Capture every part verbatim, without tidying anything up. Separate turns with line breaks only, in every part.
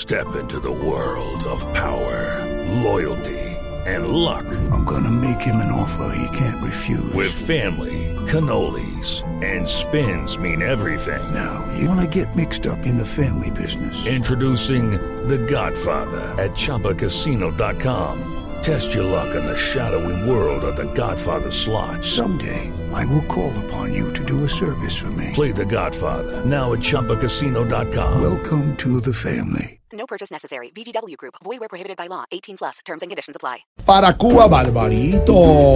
Step into the world of power, loyalty, and luck.
I'm gonna make him an offer he can't refuse.
With family, cannolis, and spins mean everything.
Now, you wanna get mixed up in the family business.
Introducing The Godfather at Chumba Casino dot com. Test your luck in the shadowy world of The Godfather slot.
Someday, I will call upon you to do a service for me.
Play The Godfather now at Chumba Casino dot com.
Welcome to the family.
No purchase necessary. V G W Group. Void where prohibited by law. eighteen plus. Terms and conditions apply.
Para Cuba, Barbarito.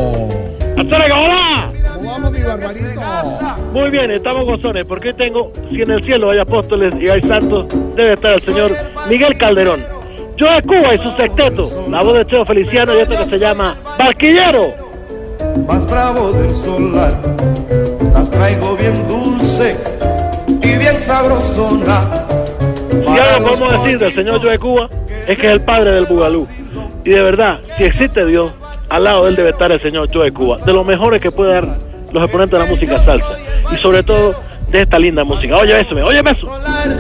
¡Hola!
¿Cómo vamos, mi Barbarito?
Muy bien, estamos gozones, porque hoy tengo, si en el cielo hay apóstoles y hay santos, debe estar el señor Miguel Calderón. Yo de Cuba y su sexteto, la voz de Cheo Feliciano y esto que se llama Barquillero.
Más bravo del solar, las traigo bien dulce y bien sabrosona.
Si algo podemos decir del señor Joe Cuba es que es el padre del bugalú. Y de verdad, si existe Dios, al lado de él debe estar el señor Joe Cuba, de los mejores que puede dar los exponentes de la música salsa. Y sobre todo, de esta linda música. Oye eso, oye eso.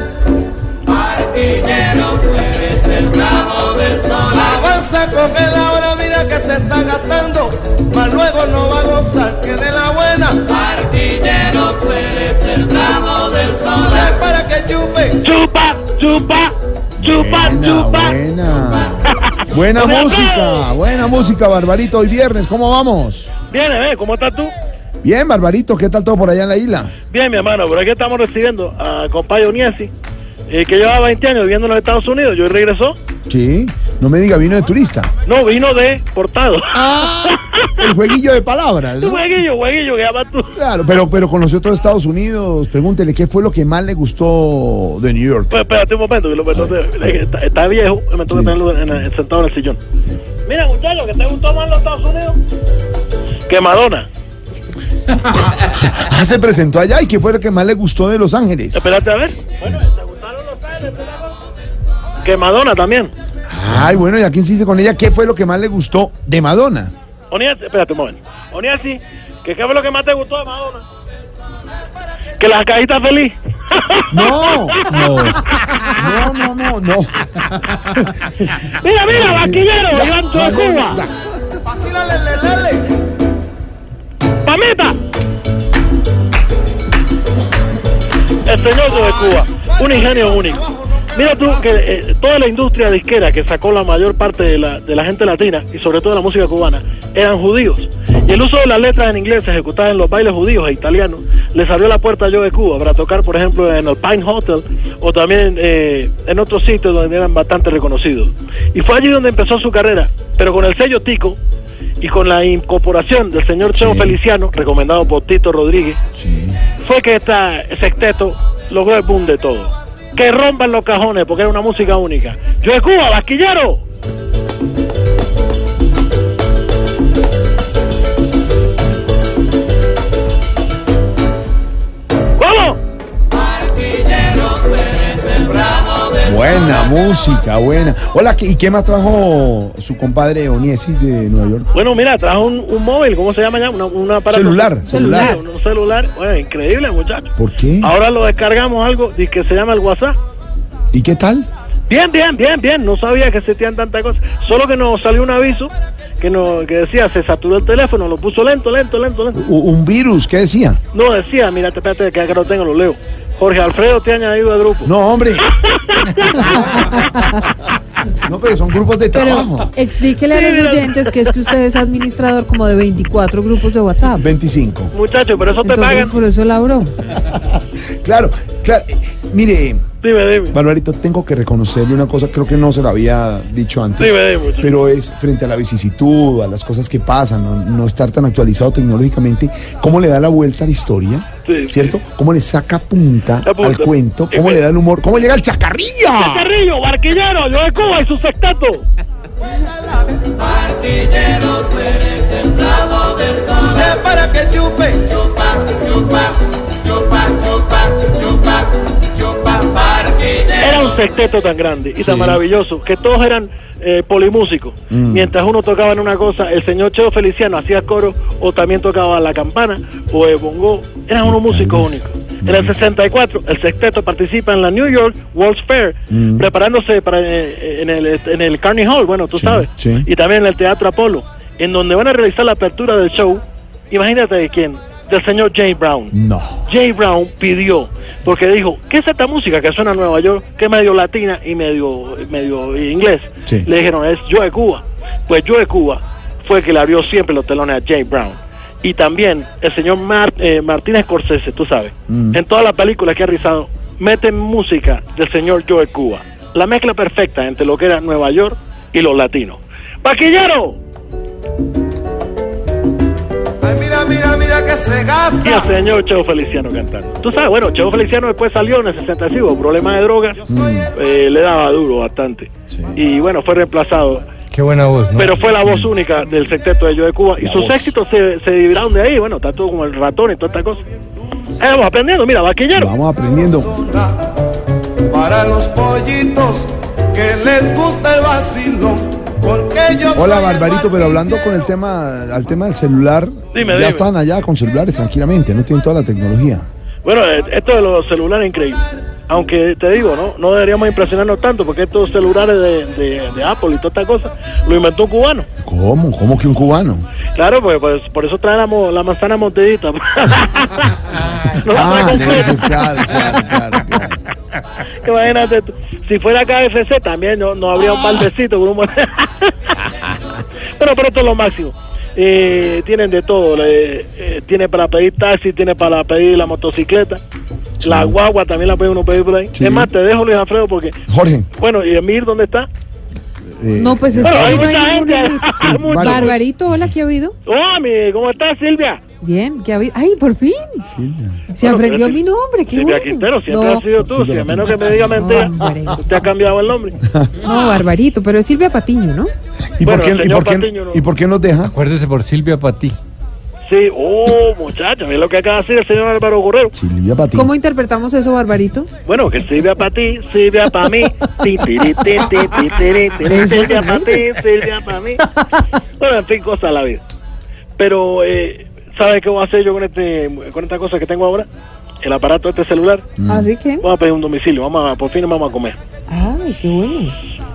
Barquillero, tú eres el bravo del sol.
Avanza con él ahora, mira que se está gastando, mas luego no va a gozar que de la buena.
Barquillero, tú eres el bravo del sol.
Es para que chupe.
Chupa, chupa, chupa,
Buena,
chupa.
buena. Buena
¡Buena
música,
tarde!
buena música, Barbarito. Hoy viernes, ¿cómo vamos?
Bien, eh, ¿cómo estás tú?
Bien, Barbarito, ¿qué tal todo por allá en la isla?
Bien, mi hermano, por aquí estamos recibiendo a compadre Oniesi, eh, que llevaba veinte años viviendo en los Estados Unidos. Yo regresó.
Sí, no me diga, vino de turista.
No, vino de portado.
Ah, el jueguillo de palabras, ¿no?
Jueguillo, jueguillo, que llamas tú.
Claro, pero, pero conoció todo Estados Unidos. Pregúntele, ¿qué fue lo que más le gustó de New York?
Pues espérate un momento, que lo, no sé, está, está viejo, me tengo
Sí.
que tenerlo en el- sentado en el sillón. Mira, muchacho, ¿que te gustó más los Estados Unidos? Que Madonna.
Ah, se presentó allá, ¿y qué fue lo que más le gustó de Los Ángeles?
Espérate a ver. Bueno, ¿te gustaron los Ángeles? Que Madonna también.
Ay, bueno, ya que insiste con ella, ¿qué fue lo que más le gustó de Madonna?
Oniasi, espérate un momento. Oniasi, ¿que ¿qué fue lo que más te gustó de Madonna? Que las cajitas feliz.
No, no, no, no, no, no.
Mira, mira, Barquillero, Iván de Cuba.
Vacílale, lele, lele.
¡Pamita! El señor de Cuba, un ingenio único. Mira tú que eh, toda la industria disquera que sacó la mayor parte de la, de la gente latina y sobre todo la música cubana eran judíos. Y el uso de las letras en inglés ejecutadas en los bailes judíos e italianos les abrió la puerta a Joe de Cuba para tocar, por ejemplo, en el Pine Hotel o también eh, en otros sitios donde eran bastante reconocidos. Y fue allí donde empezó su carrera, pero con el sello Tico y con la incorporación del señor Cheo
Sí.
Feliciano, recomendado por Tito Rodríguez,
Sí.
fue que esta sexteto logró el boom de todo. Que rompan los cajones porque era una música única. Yo de Cuba, Barquillero. ¡Vamos!
Barquillero, tú eres el bravo del sol.
Buena música, buena. Hola, ¿y qué más trajo su compadre Oniesis de Nueva York?
Bueno, mira, trajo un, un móvil, ¿cómo se llama ya? Una, una aparato-
Celular, celular.
Un, un celular, bueno, increíble, muchacho.
¿Por qué?
Ahora lo descargamos algo y que se llama el WhatsApp.
¿Y qué tal?
Bien, bien, bien, bien. No sabía que existían tantas cosas. Solo que nos salió un aviso que, nos, que decía, se saturó el teléfono, lo puso lento, lento, lento, lento.
U- ¿Un virus? ¿Qué decía?
No, decía, mira, espérate, que acá lo tengo, lo leo. Jorge Alfredo te ha añadido al grupo.
No, hombre. No, pero son grupos de trabajo.
Pero explíquele a los oyentes que es que usted es administrador como de veinticuatro grupos de WhatsApp.
veinticinco.
Muchacho, pero eso te
Entonces,
pagan.
por eso labró.
Claro, claro. Eh, Mire,
Dime, dime.
Barbarito, tengo que reconocerle una cosa, creo que no se lo había dicho antes,
Dime, dime, muchacho.
pero es frente a la vicisitud, a las cosas que pasan, no, no estar tan actualizado tecnológicamente, cómo le da la vuelta a la historia,
Sí,
¿cierto?
sí.
Cómo le saca punta,
La punta.
al cuento,
Sí,
cómo
sí.
le da el humor, cómo llega el chacarrilla.
Carrillo, Barquillero, yo de Cuba y su sexteto.
Barquillero, tú eres el bravo del sol.
Es para que chupe.
Chupa, chupa, chupa, chupa, chupa, chupa, barquillero.
Era un un sexteto tan grande y tan
Sí.
maravilloso que todos eran eh, polimúsicos.
Mm.
Mientras uno tocaba en una cosa, el señor Cheo Feliciano hacía coro o también tocaba la campana o el bongo. Eran unos músicos únicos. En el sesenta y cuatro, el sexteto participa en la New York World's Fair,
Mm.
preparándose para eh, en, el, en el Carnegie Hall, bueno, tú
Sí,
sabes,
sí.
y también en el Teatro Apolo, en donde van a realizar la apertura del show. Imagínate de quién, del señor Jay Brown.
No.
Jay Brown pidió, porque dijo, ¿qué es esta música que suena en Nueva York, que es medio latina y medio, medio inglés?
Sí.
Le dijeron, es Joe Cuba. Pues Joe Cuba fue el que le abrió siempre los telones a Jay Brown. Y también el señor Mar- eh, Martínez Scorsese, tú sabes,
Mm.
en todas las películas que ha realizado, mete música del señor Joe Cuba. La mezcla perfecta entre lo que era Nueva York y los latinos. ¡Paquillero!
Ay, mira, mira, mira que se
Y el
gasta.
señor Cheo Feliciano cantando. Tú sabes, bueno, Cheo Feliciano después salió en el sesenta y cinco, problemas de drogas, eh, le daba duro bastante.
Sí.
Y bueno, fue reemplazado.
Qué buena voz, ¿no?
Pero fue la voz única del sexteto de Joe Cuba. Y
La
sus
voz.
éxitos se, se dividieron de ahí. Bueno, está todo como el ratón y toda esta cosa. Ahí vamos aprendiendo, mira, vaquillero.
Vamos aprendiendo.
Para los pollitos que les gusta el vacilón. Porque yo
Hola,
soy el
Barbarito, pero hablando con el
barquillero.
tema, al tema del celular,
Dime,
ya
dime.
están allá con celulares tranquilamente, no tienen toda la tecnología.
Bueno, eh, esto de los celulares es increíble. Aunque te digo, no no deberíamos impresionarnos tanto porque estos celulares de, de, de Apple y toda esta cosa lo inventó un cubano.
¿Cómo? ¿Cómo que un cubano?
Claro, pues, pues por eso trae la, mo- la manzana mordidita. No la trae
Ah, debe
completa.
ser, claro, claro, claro, claro.
Imagínate tú. Si fuera K F C también no, no habría un baldecito con un bueno, pero esto es lo máximo. Eh, tienen de todo. Le- eh, tiene para pedir taxi, tiene para pedir la motocicleta. La guagua también la puede uno pedir por ahí.
Sí.
Es más, te dejo, Luis Alfredo, porque...
Jorge.
Bueno, ¿y Emir dónde está?
eh,
No, pues es que
Bueno, hay
hoy no hay
mucha
ningún
gente.
invito.
Sí, mucha-
Barbarito, hola, ¿qué ha habido?
Oh, mi, ¿cómo estás, Silvia?
Bien, ¿qué ha habido? Ay, por fin.
Silvia.
Se
Bueno,
aprendió
pero
mi nombre, qué
Silvia
bueno.
Quintero, siempre
No,
has sido tú,
Silvia
si a menos que
Patiño.
me diga mentira,
Hombre.
usted ha cambiado el nombre.
no, Barbarito, pero es Silvia Patiño, ¿no?
¿Y,
Bueno,
por qué,
el
y,
señor
por qué,
Patiño no.
¿Y por qué nos deja?
Acuérdese por Silvia Patí.
Sí, oh, muchacha, es lo que acaba de decir el señor Álvaro Guerrero.
Silvia Patiño.
¿Cómo interpretamos eso, Barbarito?
Bueno, que Silvia para ti, Silvia para mí. Ti, tiri, ti, ti, ti, tiri, tiri,
Eso
Silvia
es
para ti, Silvia para mí. Bueno, en fin, cosas de la vida. Pero, eh, ¿sabes qué voy a hacer yo con este con esta cosa que tengo ahora? El aparato de este celular.
Así que,
Vamos a pedir un domicilio, vamos a, por fin vamos a comer.
ay, qué bueno.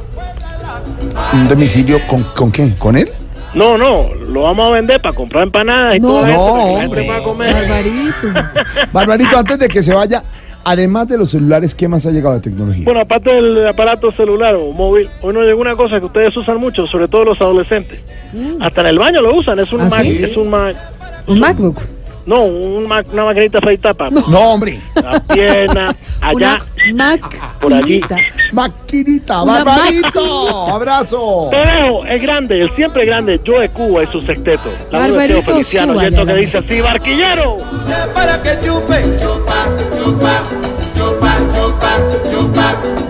¿Un domicilio con, con qué? ¿Con él?
No, no, lo vamos a vender para comprar empanadas y
No,
toda la gente,
no,
para que la gente
hombre.
pueda comer.
Barbarito.
Barbarito, antes de que se vaya, además de los celulares, ¿qué más ha llegado de tecnología?
Bueno, aparte del aparato celular o móvil, hoy nos llegó una cosa que ustedes usan mucho, sobre todo los adolescentes. Hasta en el baño lo usan, es un
¿Ah,
Mac,
sí?
es un Mac,
Un MacBook.
no, un Mac, una maquinita feita para
No, hombre.
la pierna, allá,
Una Mac.
por allí.
Maquinita,
Una
Barbarito. Abrazo.
Te dejo, el grande, el siempre grande, Joe Cuba y su sexteto. La voz de
Barbarito,
Teo Feliciano, y
súbale
esto
a la
que dice así, barquillero.
Para que chupe.
Chupa, chupa, chupa, chupa, chupa.